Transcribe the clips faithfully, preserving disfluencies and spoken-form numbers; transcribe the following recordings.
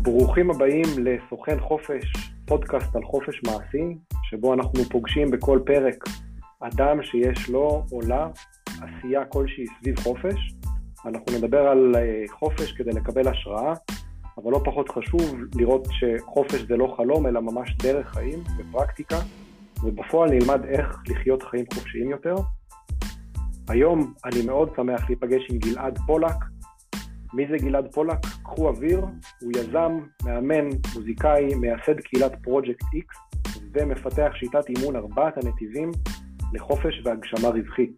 ברוכים הבאים לסוכן חופש, פודקאסט על חופש מעשי, שבו אנחנו פוגשים בכל פרק אדם שיש לו או לה עשייה כלשהי סביב חופש. אנחנו נדבר על חופש כדי לקבל השראה, אבל לא פחות חשוב לראות שחופש זה לא חלום, אלא ממש דרך חיים ופרקטיקה, ובפועל נלמד איך לחיות חיים חופשיים יותר. היום אני מאוד שמח להיפגש עם גלעד פולק. מי זה גלעד פולק? קחו אוויר, הוא יזם, מאמן, מוזיקאי, מייסד קהילת פרויקט איקס, ומפתח שיטת אימון ארבעת הנתיבים לחופש והגשמה רווחית.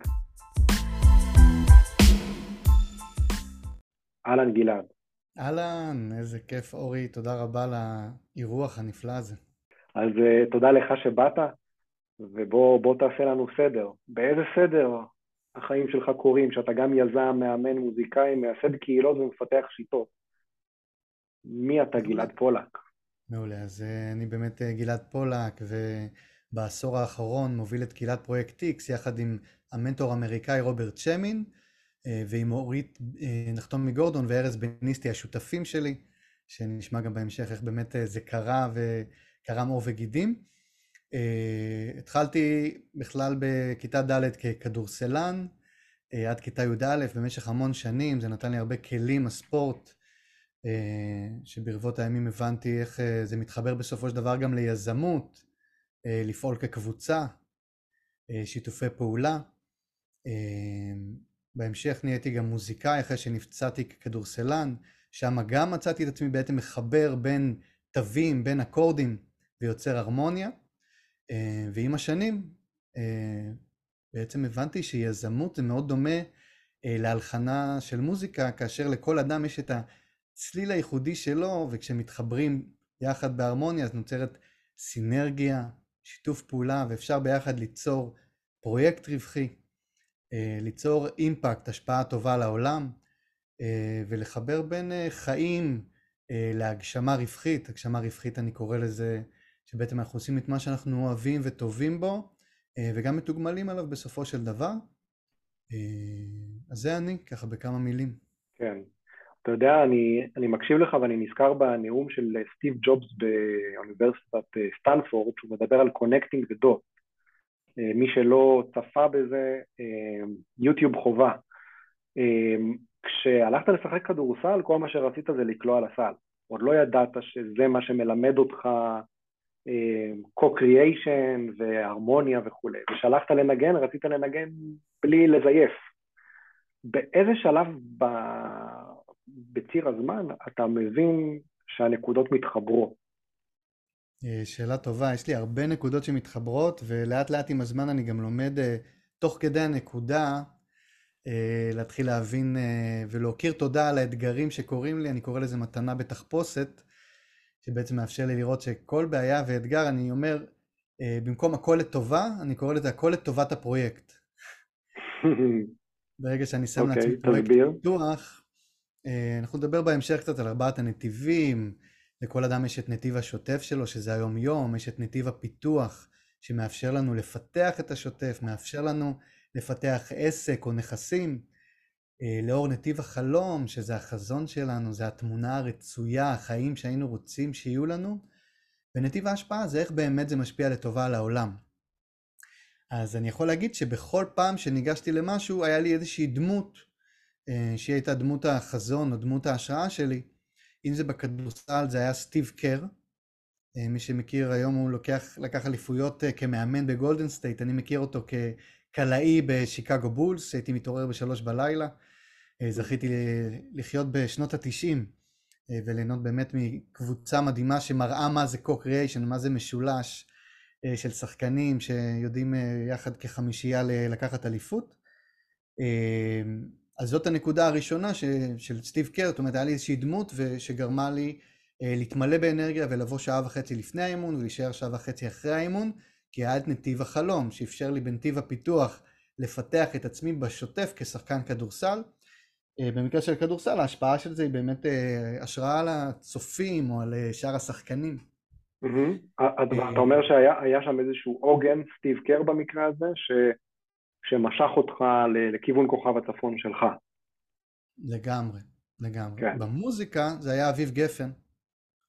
אהלן גלעד. אהלן, איזה כיף אורי, תודה רבה על האירוח הנפלא הזה. אז uh, תודה לך שבאת, ובוא בוא תעשה לנו סדר. באיזה סדר החיים שלך קורים, שאתה גם יזם, מאמן, מוזיקאי, מייסד קהילות ומפתח שיטות? מי אתה גלעד פולק? מעולה, אז uh, אני באמת uh, גלעד פולק, ובעשור האחרון מוביל את קהילת פרויקט איקס, יחד עם המנטור האמריקאי רוברט שמין, ועם אורית נחתום מגורדון וארז בניסטי השותפים שלי, שנשמע גם בהמשך איך באמת זה קרה וקרם עור וגידים. התחלתי בכלל בכיתה ד' ככדורסלן, עד כיתה י"א במשך המון שנים, זה נתן לי הרבה כלים, הספורט, שברבות הימים הבנתי איך זה מתחבר בסופו של דבר גם ליזמות, לפעול כקבוצה, שיתופי פעולה. בהמשך נהייתי גם מוזיקאי אחרי שנפצעתי ככדורסלן, שם גם מצאתי את עצמי בעצם מחבר בין תווים, בין אקורדים ויוצר הרמוניה, ועם השנים בעצם הבנתי שיזמות זה מאוד דומה להלחנה של מוזיקה, כאשר לכל אדם יש את הצליל הייחודי שלו, וכשמתחברים יחד בהרמוניה אז נוצרת סינרגיה, שיתוף פעולה, ואפשר ביחד ליצור פרויקט רווחי, ליצור אימפקט, השפעה טובה לעולם, ולחבר בין חיים להגשמה רווחית. הגשמה רווחית אני קורא לזה שבעצם אנחנו עושים את מה שאנחנו אוהבים וטובים בו, וגם מתוגמלים עליו בסופו של דבר. אז זה אני, ככה בכמה מילים. כן, אתה יודע, אני, אני מקשיב לך ואני נזכר בנאום של סטיב ג'ובס באוניברסיטת סטנפורד, שהוא מדבר על connecting the dots. מי שלא צפה בזה, יוטיוב חובה. כשהלכת לשחק כדורסל, כל מה רצית זה לקלוע לסל. עוד לא ידעת שזה מה שמלמד אותך co-creation והרמוניה וכו'. וכשהלכת לנגן, רצית לנגן בלי לזייף. באיזה שלב ב... בציר הזמן אתה מבין שהנקודות מתחברות? שאלה טובה, יש לי הרבה נקודות שמתחברות, ולאט לאט עם הזמן אני גם לומד תוך כדי הנקודה להתחיל להבין ולהוקיר תודה על האתגרים שקורים לי. אני קורא לזה מתנה בתחפושת, שבעצם מאפשר לי לראות שכל בעיה ואתגר, אני אומר, במקום הכל לטובה, אני קורא לזה הכל לטובת הפרויקט. ברגע שאני שם okay, לעצמי פרויקט פיתוח, אנחנו נדבר בהמשך קצת על ארבעת הנתיבים. לכל אדם יש את נתיב השוטף שלו, שזה היום יום, יש את נתיב הפיתוח, שמאפשר לנו לפתח את השוטף, מאפשר לנו לפתח עסק או נכסים, לאור נתיב החלום, שזה החזון שלנו, זה התמונה הרצויה, החיים שהיינו רוצים שיהיו לנו, ונתיב ההשפעה זה איך באמת זה משפיע לטובה על העולם. אז אני יכול להגיד שבכל פעם שניגשתי למשהו, היה לי איזושהי דמות, שהיא הייתה דמות החזון או דמות ההשראה שלי. אם זה בכדורסל, זה היה סטיב קר, מי שמכיר היום הוא לוקח, לקח אליפויות כמאמן בגולדן סטייט, אני מכיר אותו כקלעי בשיקגו בולס, הייתי מתעורר בשלוש בלילה, זכיתי לחיות בשנות התשעים, וליהנות באמת מקבוצה מדהימה שמראה מה זה co-creation, מה זה משולש של שחקנים שיודעים יחד כחמישייה לקחת אליפות. אז זאת הנקודה הראשונה ש, של סטיב קר, זאת אומרת, היה לי איזושהי דמות שגרמה לי אה, להתמלא באנרגיה ולבוא שעה וחצי לפני האימון ולהישאר שעה וחצי אחרי האימון, כי היה את נתיב החלום שאפשר לי בנתיב הפיתוח לפתח את עצמי בשוטף כשחקן כדורסל. אה, במקרה של כדורסל, ההשפעה של זה היא באמת אה, השראה על הצופים או על אה, שאר השחקנים. Mm-hmm. אתה אומר שהיה שם איזשהו עוגן, סטיב קר במקרה הזה, ש... שמשך אותך לכיוון כוכב הצפון שלך. לגמרי, לגמרי. כן. במוזיקה זה היה אביב גפן,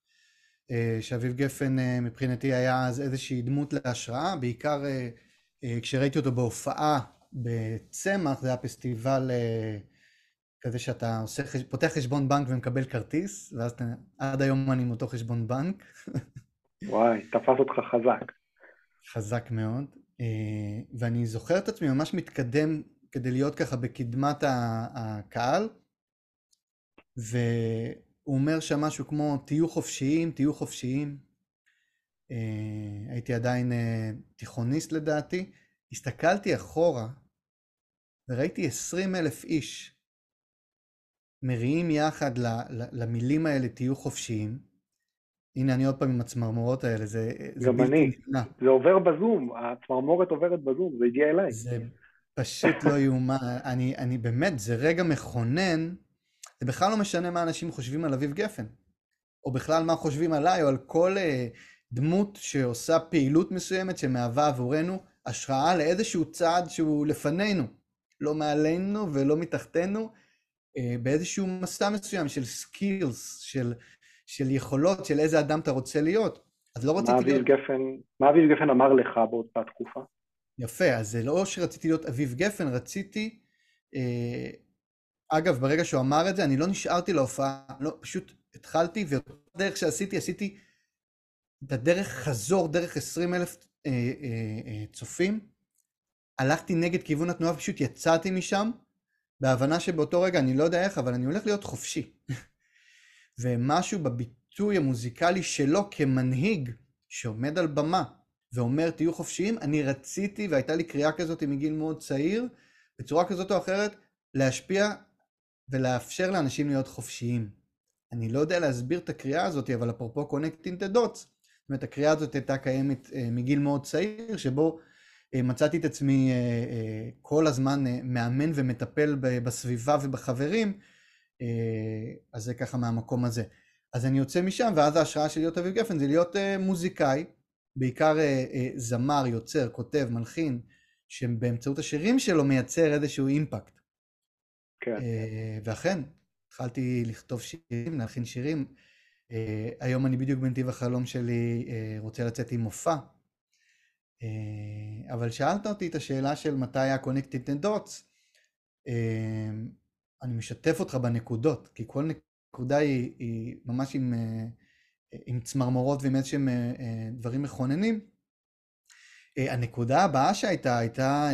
שאביב גפן מבחינתי היה אז איזושהי דמות להשראה, בעיקר כשראיתי אותו בהופעה בצמח, זה היה פסטיבל כזה שאתה עושה, פותח חשבון בנק ומקבל כרטיס, ואז אתה, עד היום אני עם אותו חשבון בנק. וואי, תפס אותך חזק. חזק מאוד, ואני זוכר את עצמי ממש מתקדם כדי להיות ככה בקדמת הקהל, והוא אומר שם משהו כמו תהיו חופשיים, תהיו חופשיים. הייתי עדיין תיכוניסט לדעתי, הסתכלתי אחורה וראיתי עשרים אלף איש מריעים יחד למילים האלה תהיו חופשיים. הנה אני עוד פעם עם הצמרמורות האלה, זה, זה גם בלתי אני, נמנע. זה עובר בזום, הצמרמורת עוברת בזום, זה הגיע אליי. זה פשוט לא יאומן, אני, אני באמת, זה רגע מכונן, זה בכלל לא משנה מה אנשים חושבים על אביב גפן, או בכלל מה חושבים עליי, או על כל uh, דמות שעושה פעילות מסוימת שמהווה עבורנו השראה לאיזשהו צעד שהוא לפנינו, לא מעלינו ולא מתחתנו, uh, באיזשהו מסע מסוים של סקילס, של, של יכולות, של איזה אדם אתה רוצה להיות. אז לא רציתי להיות... גפן, מה אביב גפן אמר לך באותה תקופה? יפה, אז זה לא שרציתי להיות אביב גפן, רציתי... אה, אגב, ברגע שהוא אמר את זה, אני לא נשארתי להופעה, לא, פשוט התחלתי, והדרך שעשיתי, עשיתי את הדרך חזור, דרך עשרים אלף אה, אה, אה, צופים, הלכתי נגד כיוון התנועה, פשוט יצאתי משם, בהבנה שבאותו רגע, אני לא יודע איך, אבל אני הולך להיות חופשי. ומשהו בביטוי המוזיקלי שלו כמנהיג, שעומד על במה, ואומר תהיו חופשיים, אני רציתי, והייתה לי קריאה כזאת מגיל מאוד צעיר, בצורה כזאת או אחרת, להשפיע ולאפשר לאנשים להיות חופשיים. אני לא יודע להסביר את הקריאה הזאת, אבל אפרופו Connecting the Dots, זאת אומרת, הקריאה הזאת הייתה קיימת מגיל מאוד צעיר, שבו מצאתי את עצמי כל הזמן מאמן ומטפל בסביבה ובחברים, אז זה ככה מהמקום הזה. אז אני יוצא משם, ואז ההשראה של להיות אביב גפן זה להיות מוזיקאי, בעיקר זמר, יוצר, כותב, מלחין, שבאמצעות השירים שלו מייצר איזשהו אימפקט. כן. ואכן, התחלתי לכתוב שירים, להלחין שירים. היום אני בדיוק בנתיב החלום שלי רוצה לצאת עם מופע. אבל שאלת אותי את השאלה של מתי היה Connected the Dots. אני משתף אותך בנקודות, כי כל נקודה היא, היא ממש עם, עם צמרמורות ועם איזשהם דברים מכוננים. הנקודה הבאה שהייתה, הייתה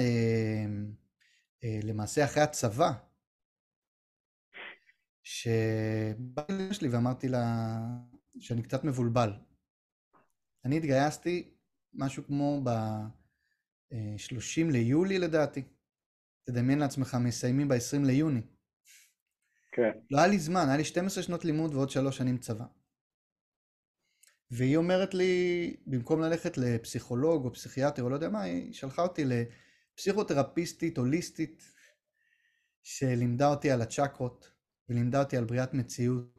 למעשה אחרי הצבא, שבאתי לאמא שלי ואמרתי לה שאני קצת מבולבל. אני התגייסתי משהו כמו ב-שלושים ליולי לדעתי. תדמיין לעצמך, מסיימים ב-עשרים ליוני. כן. לא היה לי זמן, היה לי שתים עשרה שנות לימוד ועוד שלוש שנים צבא. והיא אומרת לי, במקום ללכת לפסיכולוג או פסיכיאטר או לא יודע מה, היא שלחה אותי לפסיכותרפיסטית הוליסטית, שלימדה אותי על הצ'קרות, ולימדה אותי על בריאת מציאות.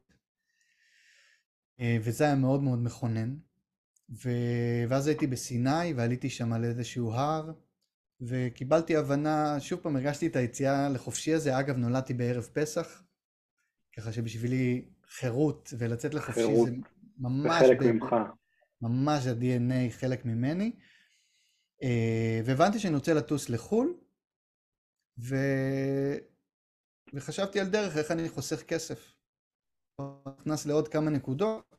וזה היה מאוד מאוד מכונן. ו... ואז הייתי בסיני, ועליתי שם על איזשהו הר, וקיבלתי הבנה, שוב פעם הרגשתי את היציאה לחופשי הזה, אגב נולדתי בערב פסח, ככה שבשבילי חירות ולצאת לחופשי חירות. זה ממש... זה חלק ב... ממך. ממש ה-די אן איי חלק ממני, והבנתי שאני רוצה לטוס לחול, ו... וחשבתי על דרך איך אני חוסך כסף. נכנס לעוד כמה נקודות,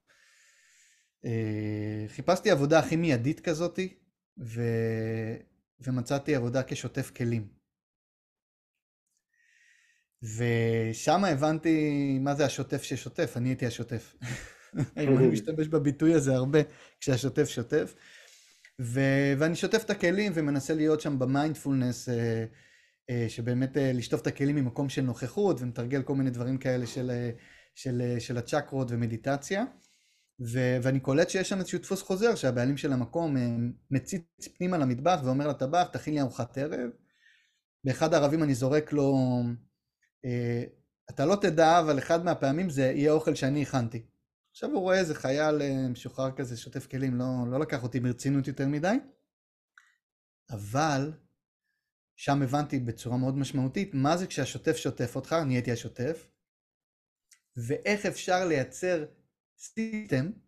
חיפשתי עבודה הכי מיידית כזאת, ו... ומצאתי עבודה כשותף כלים. ושם הבנתי מה זה השוטף ששוטף, אני הייתי השוטף. אני משתמש בביטוי הזה הרבה כשהשוטף שוטף. ו... ואני שוטף את הכלים ומנסה להיות שם במיינדפולנס, שבאמת לשטוף את הכלים ממקום של נוכחות, ומתרגל כל מיני דברים כאלה של, של, של הצ'קרות ומדיטציה. ו- ואני קולט שיש שם איזשהו דפוס חוזר, שהבעלים של המקום מציץ פנימה למטבח ואומר לטבח, תכין לי ארוחת ערב. באחד הערבים אני זורק לו, אתה לא תדע, אבל אחד מהפעמים זה יהיה אוכל שאני הכנתי. עכשיו הוא רואה איזה חייל משוחרר כזה, שוטף כלים, לא, לא לקח אותי ברצינות יותר מדי. אבל שם הבנתי בצורה מאוד משמעותית, מה זה כשהשוטף שוטף אותך, אני הייתי השוטף, ואיך אפשר לייצר סיסטם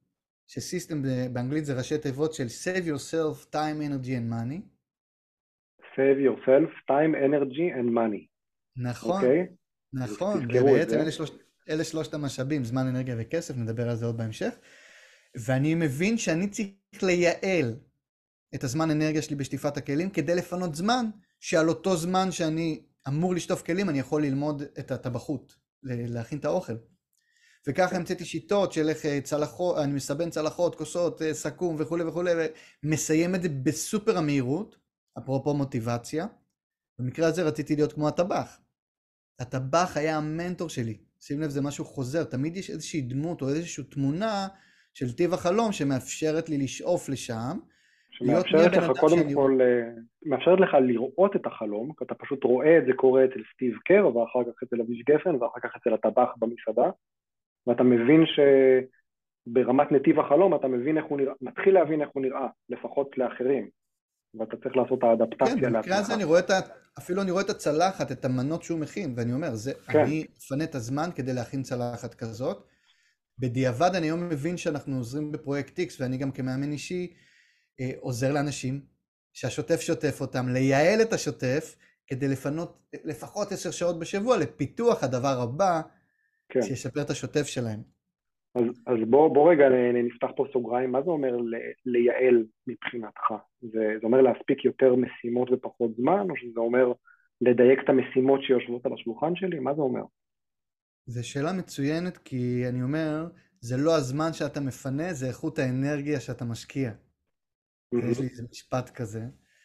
שסיסטם באנגלית זה ראשי תיבות של Save yourself time, energy and money. Save yourself time, energy and money. נכון, אוקיי? נכון, תזכרו את ובעצם זה. אלה שלושת, אלה שלושת המשאבים, זמן, אנרגיה וכסף, נדבר על זה עוד בהמשך. ואני מבין שאני צריך לייעל את הזמן אנרגיה שלי בשטיפת הכלים, כדי לפנות זמן, שעל אותו זמן שאני אמור לשטוף כלים, אני יכול ללמוד את הטבחות, להכין את האוכל. וככה המצאתי שיטות של איך צלחות, אני מסבן צלחות, כוסות, סכו"ם וכו' וכו', ומסיים את זה בסופר המהירות, אפרופו מוטיבציה. במקרה הזה רציתי להיות כמו הטבח. הטבח היה המנטור שלי. שים לב, זה משהו חוזר, תמיד יש איזושהי דמות או איזושהי תמונה של טיב החלום שמאפשרת לי לשאוף לשם. שמאפשרת לך קודם שאני... כל, מאפשרת לך לראות את החלום, כי אתה פשוט רואה את זה קורה אצל סטיב קר, ואחר כך אצל אביש גפן, ואחר כך אצל הטבח במסעדה, ואתה מבין שברמת נתיב החלום, אתה מבין איך הוא נראה, מתחיל להבין איך הוא נראה, לפחות לאחרים, ואתה צריך לעשות את האדפטציה. כן, במקרה הזה אני רואה את ה... אפילו אני רואה את הצלחת, את המנות שהוא מכין, ואני אומר, זה, כן. אני אפנה את הזמן כדי להכין צלחת כזאת. בדיעבד אני היום מבין שאנחנו עוזרים בפרויקט X, ואני גם כמאמן אישי אה, עוזר לאנשים, שהשוטף שוטף אותם, לייעל את השוטף, כדי לפנות לפחות עשר שעות בשבוע, לפיתוח הדבר הבא, כן. שישפר את השוטף שלהם. אז, אז בוא, בוא רגע נפתח פה סוגריים, מה זה אומר לייעל מבחינתך? זה, זה אומר להספיק יותר משימות ופחות זמן, או שזה אומר לדייק את המשימות שיושבות על השולחן שלי? מה זה אומר? זו שאלה מצוינת, כי אני אומר, זה לא הזמן שאתה מפנה, זה איכות האנרגיה שאתה משקיע. Mm-hmm. יש לי איזה משפט כזה.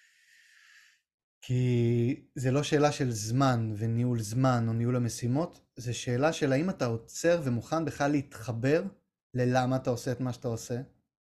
כי זה לא שאלה של זמן וניהול זמן או ניהול המשימות, זה שאלה של האם אתה עוצר ומוכן בכלל להתחבר ללמה אתה עושה את מה שאתה עושה.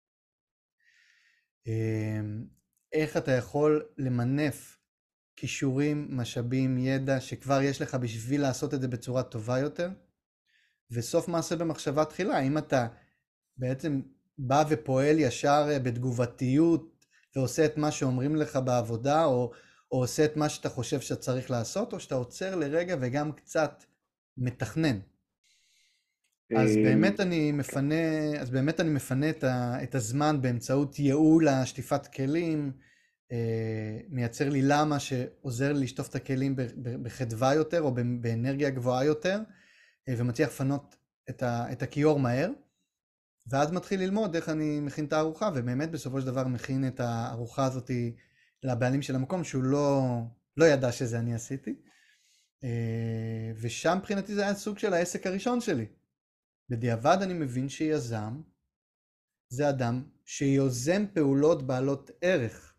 איך אתה יכול למנף כישורים, משאבים, ידע שכבר יש לך בשביל לעשות את זה בצורה טובה יותר. וסוף מעשה במחשבה תחילה, האם אתה בעצם בא ופועל ישר בתגובתיות ועושה את מה שאומרים לך בעבודה, או או עושה את מה שאתה חושב שאתה צריך לעשות, או שאתה עוצר לרגע וגם קצת מתכנן. אז באמת אני מפנה, אז באמת אני מפנה את, ה, את הזמן באמצעות ייעול השטיפת כלים, מייצר לי למה שעוזר לי לשטוף את הכלים בחדווה יותר, או באנרגיה גבוהה יותר, ומצליח לפנות את, ה, את הכיור מהר, ואז מתחיל ללמוד איך אני מכין את הארוחה, ובאמת בסופו של דבר מכין את הארוחה הזאת לבעלים של המקום, שהוא לא, לא ידע שזה אני עשיתי. ושם מבחינתי זה היה סוג של העסק הראשון שלי. בדיעבד אני מבין שיזם זה אדם שיוזם פעולות בעלות ערך.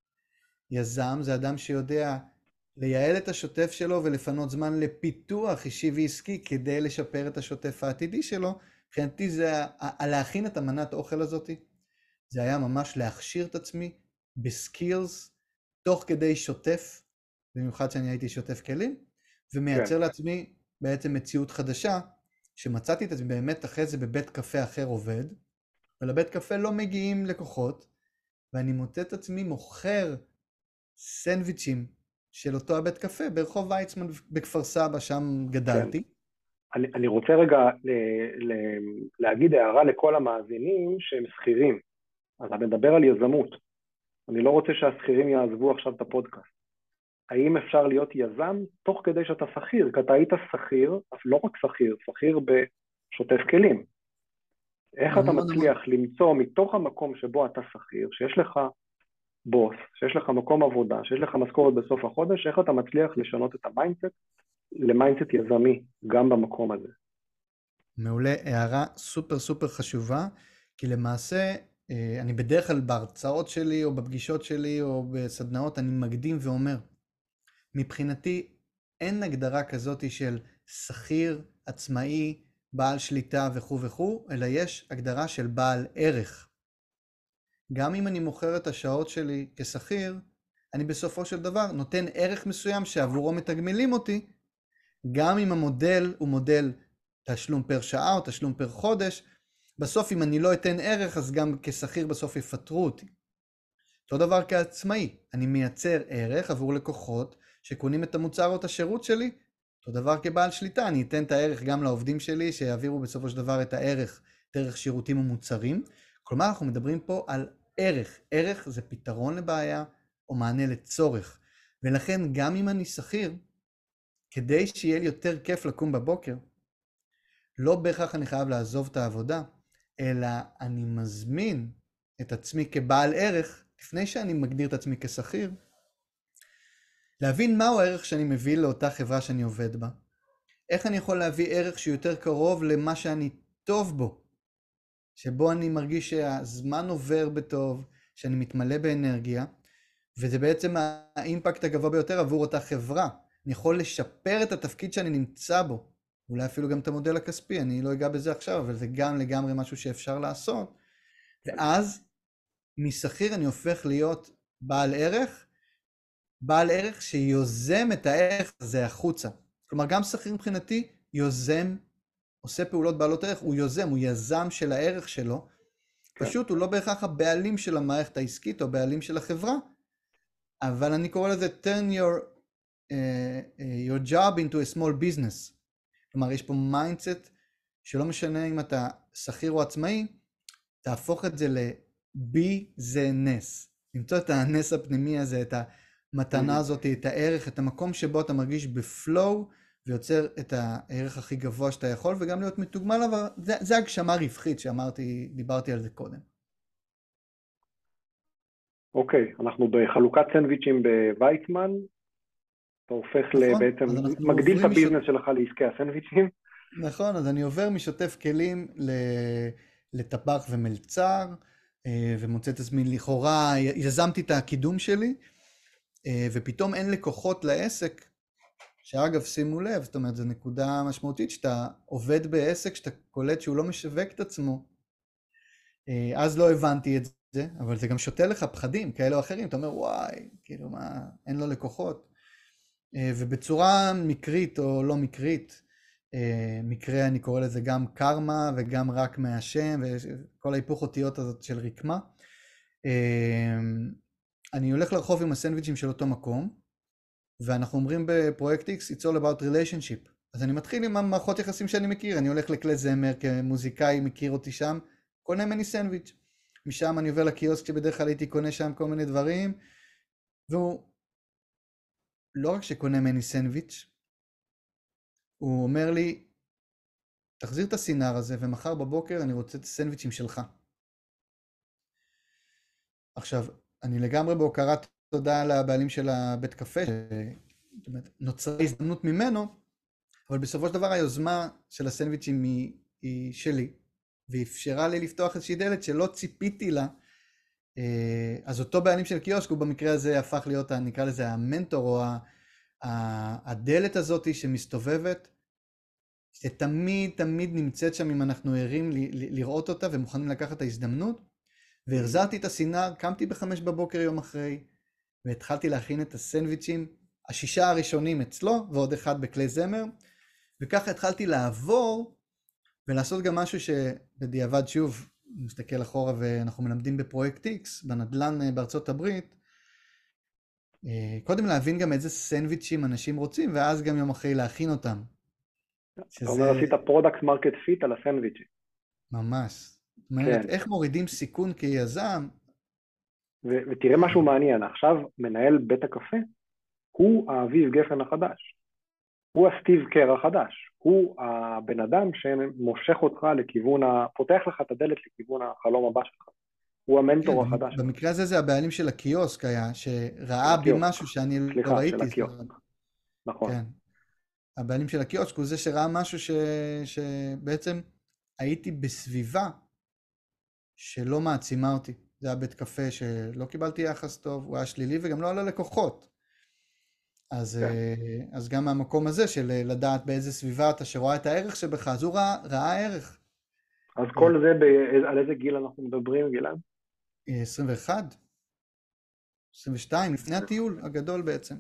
יזם זה אדם שיודע לייעל את השוטף שלו ולפנות זמן לפיתוח אישי ועסקי כדי לשפר את השוטף העתידי שלו. מבחינתי זה, להכין את המנת האוכל הזאת, זה היה ממש להכשיר את עצמי בסקילס, תוך כדי שוטף, במיוחד שאני הייתי שוטף כלים, ומייצר כן. לעצמי בעצם מציאות חדשה, שמצאתי את עצמי באמת אחרי זה בבית קפה אחר עובד, ולבית קפה לא מגיעים לקוחות, ואני מוצא את עצמי מוכר סנדוויצ'ים של אותו הבית קפה, ברחוב ויצמן בכפר סבא, שם גדלתי. כן. אני, אני רוצה רגע ל, ל, להגיד הערה לכל המאזינים שהם שכירים, אז אני מדבר על יזמות. אני לא רוצה שהשכירים יעזבו עכשיו את הפודקאסט. האם אפשר להיות יזם תוך כדי שאתה שכיר? כי אתה היית שכיר, אף לא רק שכיר, שכיר בשוטף כלים. איך אתה מצליח למצוא מתוך המקום שבו אתה שכיר, שיש לך בוס, שיש לך מקום עבודה, שיש לך משכורת בסוף החודש, איך אתה מצליח לשנות את המיינדסט למיינדסט יזמי, גם במקום הזה? מעולה, הערה סופר סופר חשובה, כי למעשה אני בדרך כלל בהרצאות שלי או בפגישות שלי או בסדנאות אני מקדים ואומר, מבחינתי אין הגדרה כזאת של שכיר, עצמאי, בעל שליטה וכו' וכו', אלא יש הגדרה של בעל ערך. גם אם אני מוכר את השעות שלי כשכיר, אני בסופו של דבר נותן ערך מסוים שעבורו מתגמלים אותי, גם אם המודל הוא מודל תשלום פר שעה או תשלום פר חודש, בסוף אם אני לא אתן ערך, אז גם כשכיר בסוף יפטרו אותי. אותו דבר כעצמאי, אני מייצר ערך עבור לקוחות שקונים את המוצר או את השירות שלי, אותו דבר כבעל שליטה, אני אתן את הערך גם לעובדים שלי, שיעבירו בסופו של דבר את הערך דרך שירותים ומוצרים. כלומר, אנחנו מדברים פה על ערך. ערך זה פתרון לבעיה או מענה לצורך. ולכן גם אם אני שכיר, כדי שיהיה לי יותר כיף לקום בבוקר, לא בהכרח אני חייב לעזוב את העבודה, אלא אני מזמין את עצמי כבעל ערך, לפני שאני מגדיר את עצמי כשכיר, להבין מהו הערך שאני מביא לאותה חברה שאני עובד בה. איך אני יכול להביא ערך שהוא יותר קרוב למה שאני טוב בו, שבו אני מרגיש שהזמן עובר בטוב, שאני מתמלא באנרגיה, וזה בעצם האימפקט הגבוה ביותר עבור אותה חברה. אני יכול לשפר את התפקיד שאני נמצא בו, אולי אפילו גם את המודל הכספי, אני לא אגע בזה עכשיו, אבל זה גם לגמרי משהו שאפשר לעשות. ואז משכיר אני הופך להיות בעל ערך, בעל ערך שיוזם את הערך הזה החוצה. כלומר, גם שכיר מבחינתי יוזם, עושה פעולות בעלות ערך, הוא יוזם, הוא יזם של הערך שלו, כן. פשוט הוא לא בהכרח הבעלים של המערכת העסקית או בעלים של החברה, אבל אני קורא לזה turn your, uh, your job into a small business. כלומר, יש פה מיינדסט שלא משנה אם אתה שכיר או עצמאי, תהפוך את זה לביזנס. למצוא את הנס הפנימי הזה, את המתנה הזאת, את הערך, את המקום שבו אתה מרגיש בפלואו, ויוצר את הערך הכי גבוה שאתה יכול, וגם להיות מתוגמל, אבל זה, זה הגשמה רווחית שאמרתי, דיברתי על זה קודם. אוקיי, אנחנו בחלוקת סנדוויצ'ים בוויצמן, אתה הופך נכון, לבעצם, מגדיל את הביזנס שלך לעסקי הסנדוויצ'ים. נכון, אז אני עובר משוטף כלים לטבח ומלצר, ומוצא את עצמי לכאורה, יזמתי את הקידום שלי, ופתאום אין לקוחות לעסק, שאגב שימו לב, זאת אומרת, זו נקודה משמעותית, שאתה עובד בעסק, שאתה קולט שהוא לא משווק את עצמו, אז לא הבנתי את זה, אבל זה גם שותה לך פחדים כאלה או אחרים, אתה אומר וואי, כאילו מה, אין לו לקוחות, ובצורה מקרית או לא מקרית, מקרה אני קורא לזה גם קרמה וגם רק מהשם, וכל ההיפוך אותיות הזאת של רקמה, אני הולך לרחוב עם הסנדוויצ'ים של אותו מקום, ואנחנו אומרים בפרויקט X, it's all about relationship. אז אני מתחיל עם המערכות יחסים שאני מכיר, אני הולך לכלי זמר כמוזיקאי, מכיר אותי שם, קונה ממני סנדוויץ'. משם אני עובר לקיוסק שבדרך כלל הייתי קונה שם כל מיני דברים, והוא לא רק שקונה ממני סנדוויץ', הוא אומר לי, תחזיר את הסינר הזה, ומחר בבוקר אני רוצה את הסנדוויצ'ים שלך. עכשיו, אני לגמרי בהוקרת תודה לבעלים של הבית קפה, זאת אומרת, נוצרה הזדמנות ממנו, אבל בסופו של דבר היוזמה של הסנדוויצ'ים היא, היא שלי, ואפשרה לי לפתוח איזושהי דלת שלא ציפיתי לה, אז אותו בעלים של קיוסק הוא במקרה הזה הפך להיות, נקרא לזה המנטור, או הדלת הזאת שמסתובבת, שתמיד תמיד נמצאת שם אם אנחנו ערים לראות אותה ומוכנים לקחת את ההזדמנות, והחזרתי את הסינר, קמתי בחמש בבוקר יום אחרי, והתחלתי להכין את הסנדוויצ'ים, השישה הראשונים אצלו, ועוד אחד בכלי זמר, וככה התחלתי לעבור, ולעשות גם משהו שבדיעבד שוב, מסתכל אחורה ואנחנו מלמדים בפרויקט X, בנדל"ן בארצות הברית, קודם להבין גם איזה סנדוויצ'ים אנשים רוצים, ואז גם יום אחרי להכין אותם. אתה אומר, עשית פרודקט מרקט פיט על הסנדוויצ'ים. ממש. זאת אומרת, איך מורידים סיכון כיזם? ותראה משהו מעניין, עכשיו מנהל בית הקפה, הוא האביב גפן החדש. הוא הסטיב קר החדש. הוא הבן אדם שמושך אותך לכיוון, פותח לך את הדלת לכיוון החלום הבא שלך. הוא המנטור החדש. במקרה הזה זה הבעלים של הקיוסק היה, שראה בי משהו שאני לא ראיתי. סליחה, של הקיוסק. נכון. הבעלים של הקיוסק הוא זה שראה משהו שבעצם הייתי בסביבה שלא מעצימה אותי. זה היה בית קפה שלא קיבלתי יחס טוב, הוא היה שלילי וגם לא על הלקוחות. אז, כן. אז גם מהמקום הזה של לדעת באיזה סביבה אתה שרואה את הערך שבך, אז הוא ראה, ראה ערך. אז כל זה, ב... על איזה גיל אנחנו מדברים, גלעד? עשרים ואחת, עשרים ושתיים, לפני הטיול הגדול בעצם.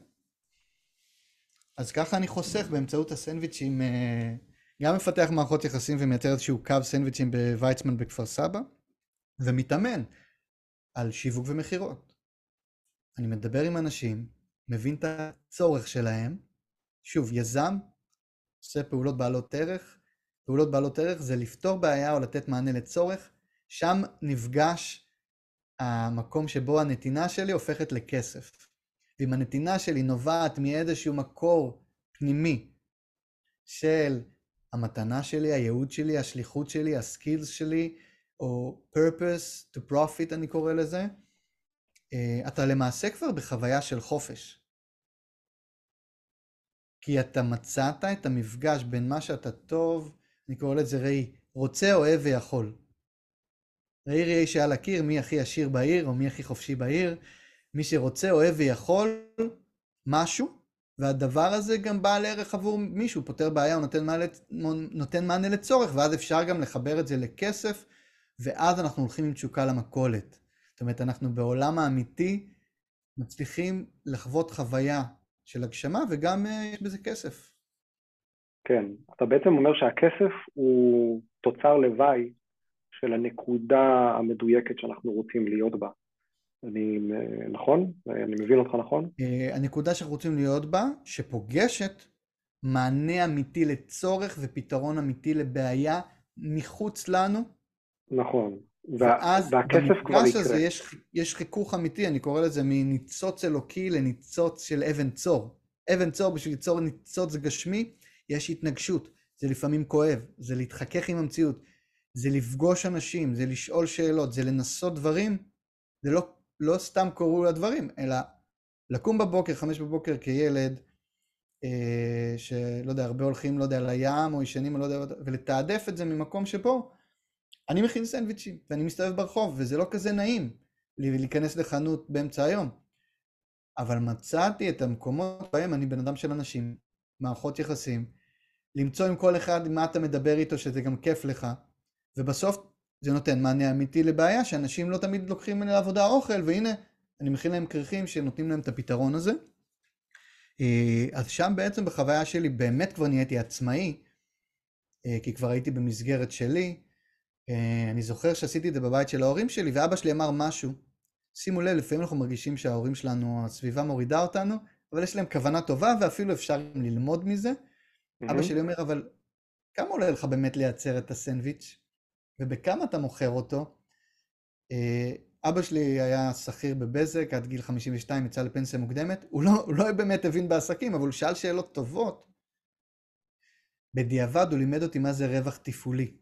אז ככה אני חוסך באמצעות הסנדוויצ'ים, גם מפתח מערכות יחסים ומייצר איזשהו קו סנדוויצ'ים בוויצמן בכפר סבא, ומתאמן על שיווק ומחירות. אני מדבר עם אנשים, מבין את הצורך שלהם, שוב, יזם, עושה פעולות בעלות ערך, פעולות בעלות ערך זה לפתור בעיה או לתת מענה לצורך, שם נפגש המקום שבו הנתינה שלי הופכת לכסף. ואם הנתינה שלי נובעת מאיזשהו מקור פנימי של המתנה שלי, הייעוד שלי, השליחות שלי, הסקילס שלי, או purpose to profit אני קורא לזה, אתה למעשה כבר בחוויה של חופש. כי אתה מצאת את המפגש בין מה שאתה טוב, אני קורא לזה ראי, רוצה, אוהב ויכול. ראי ראי שעל הקיר, מי הכי עשיר בעיר, או מי הכי חופשי בעיר, מי שרוצה, אוהב ויכול משהו, והדבר הזה גם בא לערך עבור מישהו, פותר בעיה, הוא נותן מענה, נותן מענה לצורך, ואז אפשר גם לחבר את זה לכסף, ואז אנחנו הולכים עם תשוקה למכולת. זאת אומרת, אנחנו בעולם האמיתי מצליחים לחוות חוויה של הגשמה, וגם יש בזה כסף. כן, אתה בעצם אומר שהכסף הוא תוצר לוואי של הנקודה המדויקת שאנחנו רוצים להיות בה. אני, נכון? אני מבין אותך נכון? הנקודה שאנחנו רוצים להיות בה, שפוגשת מענה אמיתי לצורך ופתרון אמיתי לבעיה מחוץ לנו. נכון. ואז והכסף כבר במפגש יקרה. הזה יש, יש חיכוך אמיתי, אני קורא לזה מניצוץ אלוקי לניצוץ של אבן צור. אבן צור, בשביל ליצור ניצוץ גשמי, יש התנגשות. זה לפעמים כואב, זה להתחכך עם המציאות, זה לפגוש אנשים, זה לשאול שאלות, זה לנסות דברים. זה לא, לא סתם קורו לדברים, אלא לקום בבוקר, חמש בבוקר כילד, אה, שלא יודע, הרבה הולכים, לא יודע, לים או ישנים, לא יודע, ולתעדף את זה ממקום שבו אני מכין סנדוויצ'ים, ואני מסתובב ברחוב, וזה לא כזה נעים להיכנס לחנות באמצע היום. אבל מצאתי את המקומות בהם אני בן אדם של אנשים, מערכות יחסים, למצוא עם כל אחד מה אתה מדבר איתו, שזה גם כיף לך, ובסוף זה נותן מענה אמיתי לבעיה, שאנשים לא תמיד לוקחים לעבודה אוכל, והנה, אני מכין להם כריכים שנותנים להם את הפתרון הזה. אז שם בעצם בחוויה שלי באמת כבר נהייתי עצמאי, כי כבר הייתי במסגרת שלי. אני זוכר שעשיתי את זה בבית של ההורים שלי, ואבא שלי אמר משהו, שימו לב, לפעמים אנחנו מרגישים שההורים שלנו, הסביבה מורידה אותנו, אבל יש להם כוונה טובה, ואפילו אפשר ללמוד מזה. Mm-hmm. אבא שלי אומר, אבל כמה עולה לך באמת לייצר את הסנדוויץ'? ובכמה אתה מוכר אותו? אבא שלי היה שכיר בבזק, עד גיל חמישים ושתיים יצא לפנסיה מוקדמת, הוא לא, הוא לא באמת הבין בעסקים, אבל הוא שאל שאלות טובות. בדיעבד הוא לימד אותי מה זה רווח תפעולי.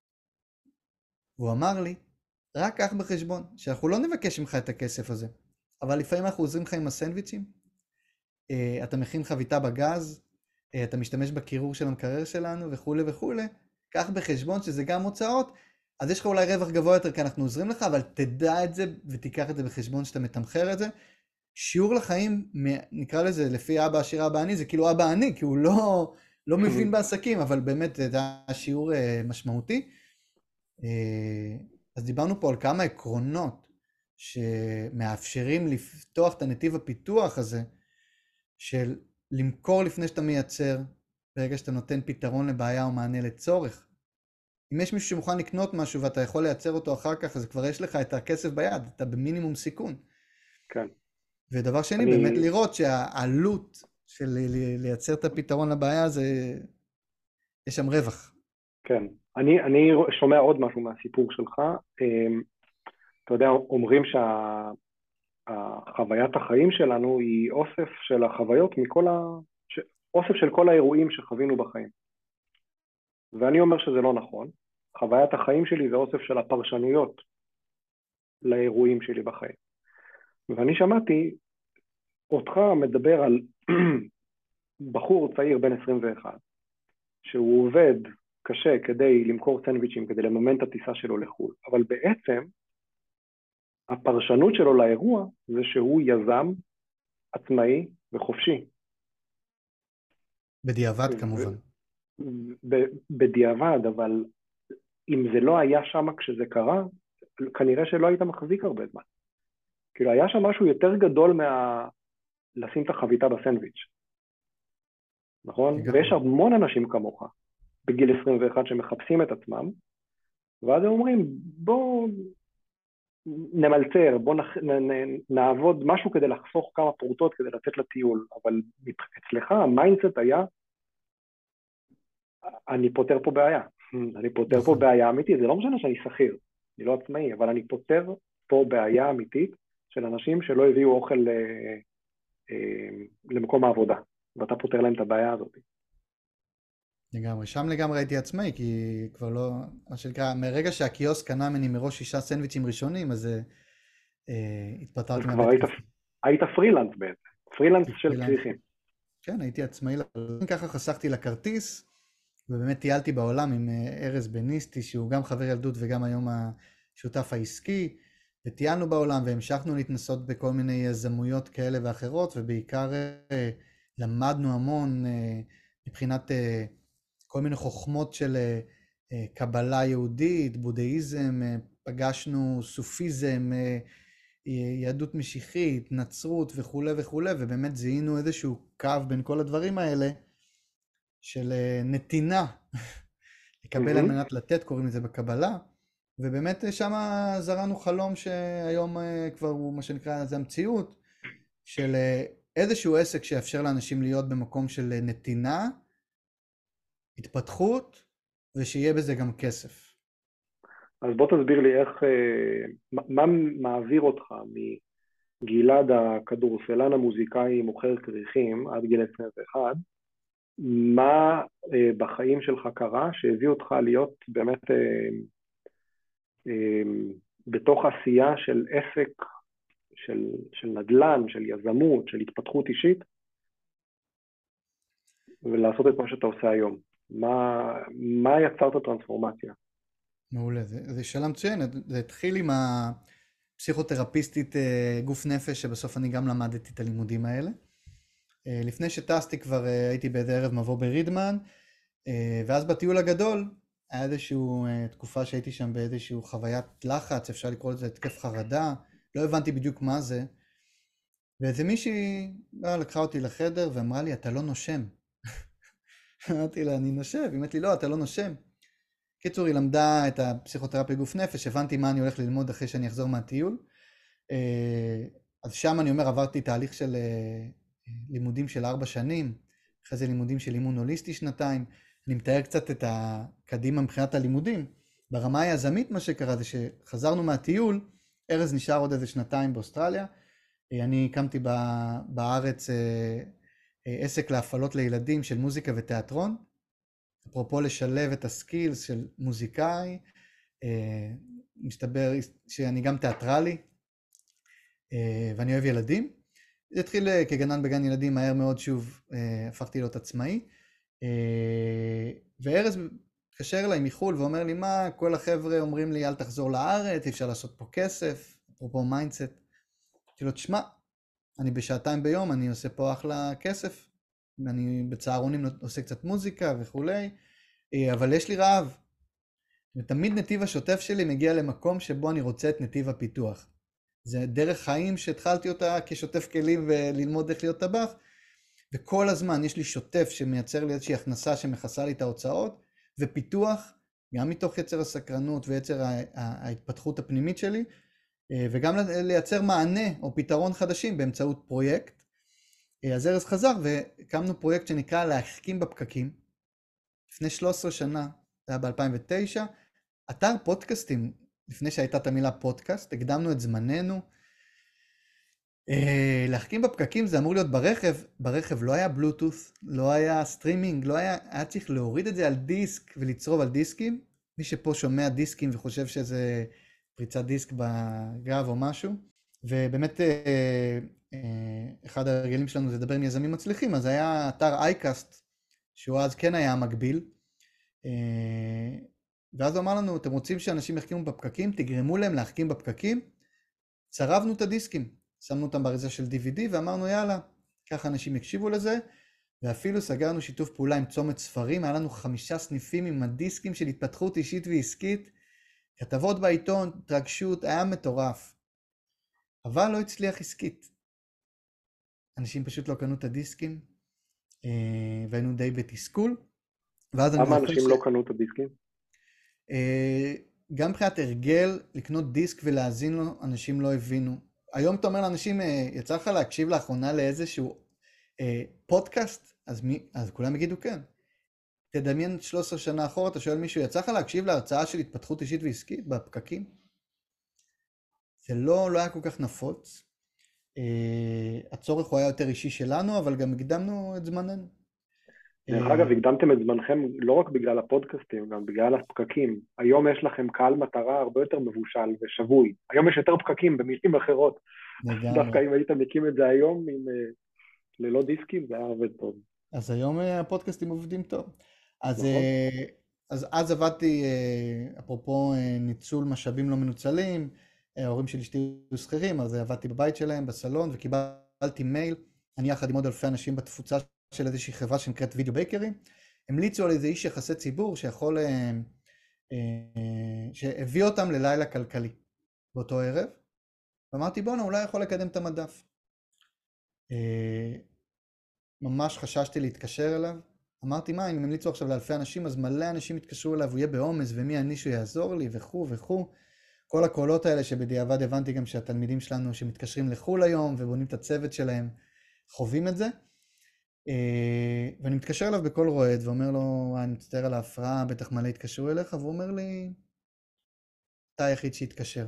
הוא אמר לי, רק כך בחשבון, שאנחנו לא נבקש ממך את הכסף הזה, אבל לפעמים אנחנו עוזרים לך עם הסנדוויצ'ים, אתה מכין חביתה בגז, אתה משתמש בקירור של המקרר שלנו וכו' וכו', כך בחשבון שזה גם הוצאות, אז יש לך אולי רווח גבוה יותר כי אנחנו עוזרים לך, אבל תדע את זה ותיקח את זה בחשבון שאתה מתמחר את זה. שיעור לחיים, נקרא לזה לפי אבא עשיר אבא עני, זה כאילו אבא עני, כי הוא לא, לא מבין בעסקים, אבל באמת זה היה שיעור משמעותי. אז דיברנו פה על כמה עקרונות שמאפשרים לפתוח את הנתיב הפיתוח הזה, של למכור לפני שאתה מייצר, ברגע שאתה נותן פתרון לבעיה או מענה לצורך. אם יש מישהו שמוכן לקנות משהו ואתה יכול לייצר אותו אחר כך, אז כבר יש לך את הכסף ביד, אתה במינימום סיכון. כן. ודבר שני, אני... באמת לראות שהעלות של לייצר את הפתרון לבעיה, זה... יש שם רווח. כן. אני, אני שומע עוד משהו מהסיפור שלך. אתה יודע, אומרים שהחוויית החיים שלנו היא אוסף של החוויות מכל ה... אוסף של כל האירועים שחווינו בחיים. ואני אומר שזה לא נכון. חוויית החיים שלי זה אוסף של הפרשנויות לאירועים שלי בחיים. ואני שמעתי אותך מדבר על בחור צעיר בן עשרים ואחת, שהוא עובד קשה כדי למכור סנדוויצ'ים, כדי לממן את הטיסה שלו לחו"ל. אבל בעצם הפרשנות שלו לאירוע זה שהוא יזם, עצמאי וחופשי. בדיעבד כמובן. בדיעבד, אבל אם זה לא היה שם כשזה קרה, כנראה שלא היית מחזיק הרבה זמן. כאילו היה שם משהו יותר גדול מה... לשים את החביתה בסנדוויץ'. נכון? ויש המון אנשים כמוך בגיל עשרים ואחת שמחפשים את עצמם, ואז הם אומרים, בוא נמלצר, בוא נח... נ... נ... נעבוד משהו כדי לחסוך כמה פרוטות כדי לצאת לטיול, אבל אצלך המיינדסט היה, אני פותר פה בעיה, אני פותר פה בעיה אמיתית, זה לא משנה שאני שכיר, אני לא עצמאי, אבל אני פותר פה בעיה אמיתית של אנשים שלא הביאו אוכל אה, אה, למקום העבודה, ואתה פותר להם את הבעיה הזאת. לגמרי, שם לגמרי הייתי עצמאי, כי כבר לא, מה שנקרא, מרגע שהקיוסק קנה ממני מראש שישה סנדוויצ'ים ראשונים, אז אה, אז התפטרתי כבר מהבית היית, קפה. היית פרילנס בעצם, פרילנס הייתי של פרילנס. צריכים. כן, הייתי עצמאי לחלוטין, ככה חסכתי לכרטיס, ובאמת טיילתי בעולם עם אה, ארז בניסטי, שהוא גם חבר ילדות וגם היום השותף העסקי, וטיילנו בעולם והמשכנו להתנסות בכל מיני יזמויות כאלה ואחרות, ובעיקר אה, למדנו המון אה, מבחינת אה, כל מיני חוכמות של אה, אה, קבלה יהודית, בודהיזם, אה, פגשנו סופיזם, אה, יהדות משיחית, נצרות וכו' וכו', ובאמת זיהינו איזשהו קו בין כל הדברים האלה של אה, נתינה, לקבל על מהמם. מנת לתת, קוראים לזה בקבלה, ובאמת שם זרענו חלום שהיום אה, כבר הוא מה שנקרא, זה המציאות, של אה, איזשהו עסק שיאפשר לאנשים להיות במקום של אה, נתינה, התפתחות, ושיהיה בזה גם כסף. אז בוא תסביר לי איך, אה, מה מה מעביר אותך מגלעד הכדורסלן המוזיקאי מוכר כריכים עד גיל עשרים ואחת, מה אה, בחיים שלך קרה שהביא אותך להיות באמת אה, אה, בתוך עשייה של עסק, של, של נדל"ן, של יזמות, של התפתחות אישית, ולעשות את מה שאתה עושה היום? מה, מה יצר את הטרנספורמציה? מעולה, זה, זה שאלה מצוינת, זה התחיל עם הפסיכותרפיסטית אה, גוף נפש, שבסוף אני גם למדתי את הלימודים האלה. אה, לפני שטסתי כבר אה, הייתי באיזה ערב מבוא ברידמן, אה, ואז בטיול הגדול, היה איזושהי אה, תקופה שהייתי שם באיזושהי חוויית לחץ, אפשר לקרוא לזה התקף חרדה, לא הבנתי בדיוק מה זה, ואיזה מישהי אה, לקחה אותי לחדר ואמרה לי, אתה לא נושם. אמרתי לה, אני נושב, היא אמרת לי, לא, אתה לא נושם. קיצור, היא למדה את הפסיכותרפיה גוף נפש, הבנתי מה אני הולך ללמוד אחרי שאני אחזור מהטיול. אז שם אני אומר, עברתי תהליך של לימודים של ארבע שנים, אחרי זה לימודים של אימון הוליסטי שנתיים. אני מתאר קצת את הקדימה מבחינת הלימודים. ברמה היזמית מה שקרה זה שחזרנו מהטיול, ארז נשאר עוד איזה שנתיים באוסטרליה, אני הקמתי בארץ עסק להפעלות לילדים של מוזיקה ותיאטרון, אפרופו לשלב את הסקילס של מוזיקאי, אה, מסתבר שאני גם תיאטרלי, אה, ואני אוהב ילדים. זה התחיל אה, כגנן בגן ילדים, מהר מאוד שוב אה, הפכתי להיות עצמאי, אה, וארז מתקשר אליי מחול ואומר לי, מה, כל החבר'ה אומרים לי, אל תחזור לארץ, אפשר לעשות פה כסף, אפרופו מיינדסט. אמרתי לו, תשמע, אני בשעתיים ביום, אני עושה פה אחלה כסף, אני בצהרונים עושה קצת מוזיקה וכולי, אבל יש לי רעב. ותמיד נתיב השוטף שלי מגיע למקום שבו אני רוצה את נתיב הפיתוח. זה דרך חיים שהתחלתי אותה כשוטף כלים וללמוד איך להיות טבח, וכל הזמן יש לי שוטף שמייצר לי איזושהי הכנסה שמכסה לי את ההוצאות, ופיתוח, גם מתוך יצר הסקרנות ויצר ההתפתחות הפנימית שלי, וגם לייצר מענה או פתרון חדשים באמצעות פרויקט. אז ארז חזר והקמנו פרויקט שנקרא להחכים בפקקים. לפני שלוש עשרה שנה, זה היה ב-אלפיים ותשע, אתר פודקאסטים, לפני שהייתה את המילה פודקאסט, הקדמנו את זמננו. להחכים בפקקים זה אמור להיות ברכב, ברכב לא היה בלוטות', לא היה סטרימינג, לא היה, היה צריך להוריד את זה על דיסק ולצרוב על דיסקים. מי שפה שומע דיסקים וחושב שזה פריצת דיסק בגב או משהו, ובאמת אחד הרגלים שלנו זה לדבר עם יזמים מצליחים, אז היה אתר אייקאסט, שהוא אז כן היה המקביל, ואז הוא אמר לנו, אתם רוצים שאנשים יחכימו בפקקים, תגרמו להם להחכים בפקקים, צרבנו את הדיסקים, שמנו אותם באריזה של די וי די, ואמרנו יאללה, ככה אנשים יקשיבו לזה, ואפילו סגרנו שיתוף פעולה עם צומת ספרים, היה לנו חמישה סניפים עם הדיסקים של התפתחות אישית ועסקית, כתבות בעיתון, התרגשות, היה מטורף, אבל לא הצליח עסקית. אנשים פשוט לא קנו את הדיסקים, והיינו די בתסכול. למה אנשים לא קנו את הדיסקים? גם מבחינת הרגל, לקנות דיסק ולהאזין לו, אנשים לא הבינו. היום אתה אומר לאנשים, יצא לך להקשיב לאחרונה לאיזשהו פודקאסט, אז, מי, אז כולם יגידו כן. תדמיין שלוש עשרה שנה אחורה, אתה שואל מישהו, יצא לך להקשיב להרצאה של התפתחות אישית ועסקית בפקקים? זה לא, לא היה כל כך נפוץ. Uh, הצורך הוא היה יותר אישי שלנו, אבל גם הקדמנו את זמננו. דרך Uh, אגב, הקדמתם את זמנכם לא רק בגלל הפודקאסטים, גם בגלל הפקקים. היום יש לכם קהל מטרה הרבה יותר מבושל ושבוי. היום יש יותר פקקים במילים אחרות. לגמרי. דווקא אם היית מקים את זה היום עם, uh, ללא דיסקים, זה היה עובד טוב. אז היום uh, הפודקאסטים עובדים טוב. אז, נכון? uh, אז, אז עבדתי, uh, אפרופו uh, ניצול משאבים לא מנוצלים, uh, ההורים שלי אשתי היו שכירים, אז עבדתי בבית שלהם, בסלון, וקיבלתי מייל, אני יחד עם עוד אלפי אנשים בתפוצה של איזושהי חברה שנקראת וידאו בייקרי, המליצו על איזה איש יחסי ציבור שיכול, uh, uh, שהביא אותם ללילה כלכלי באותו ערב, ואמרתי בוא'נה, אולי יכול לקדם את המדף. Uh, ממש חששתי להתקשר אליו, אמרתי מה, אם הם המליצו עכשיו לאלפי אנשים, אז מלא אנשים יתקשרו אליו, הוא יהיה בעומס, ומי אני שהוא יעזור לי, וכו' וכו'. כל הקולות האלה שבדיעבד הבנתי גם שהתלמידים שלנו שמתקשרים לחול היום, ובונים את הצוות שלהם, חווים את זה. ואני מתקשר אליו בכל רועד, ואומר לו, אני מצטער על ההפרעה, בטח מלא יתקשרו אליך, והוא אומר לי, אתה היחיד שהתקשר.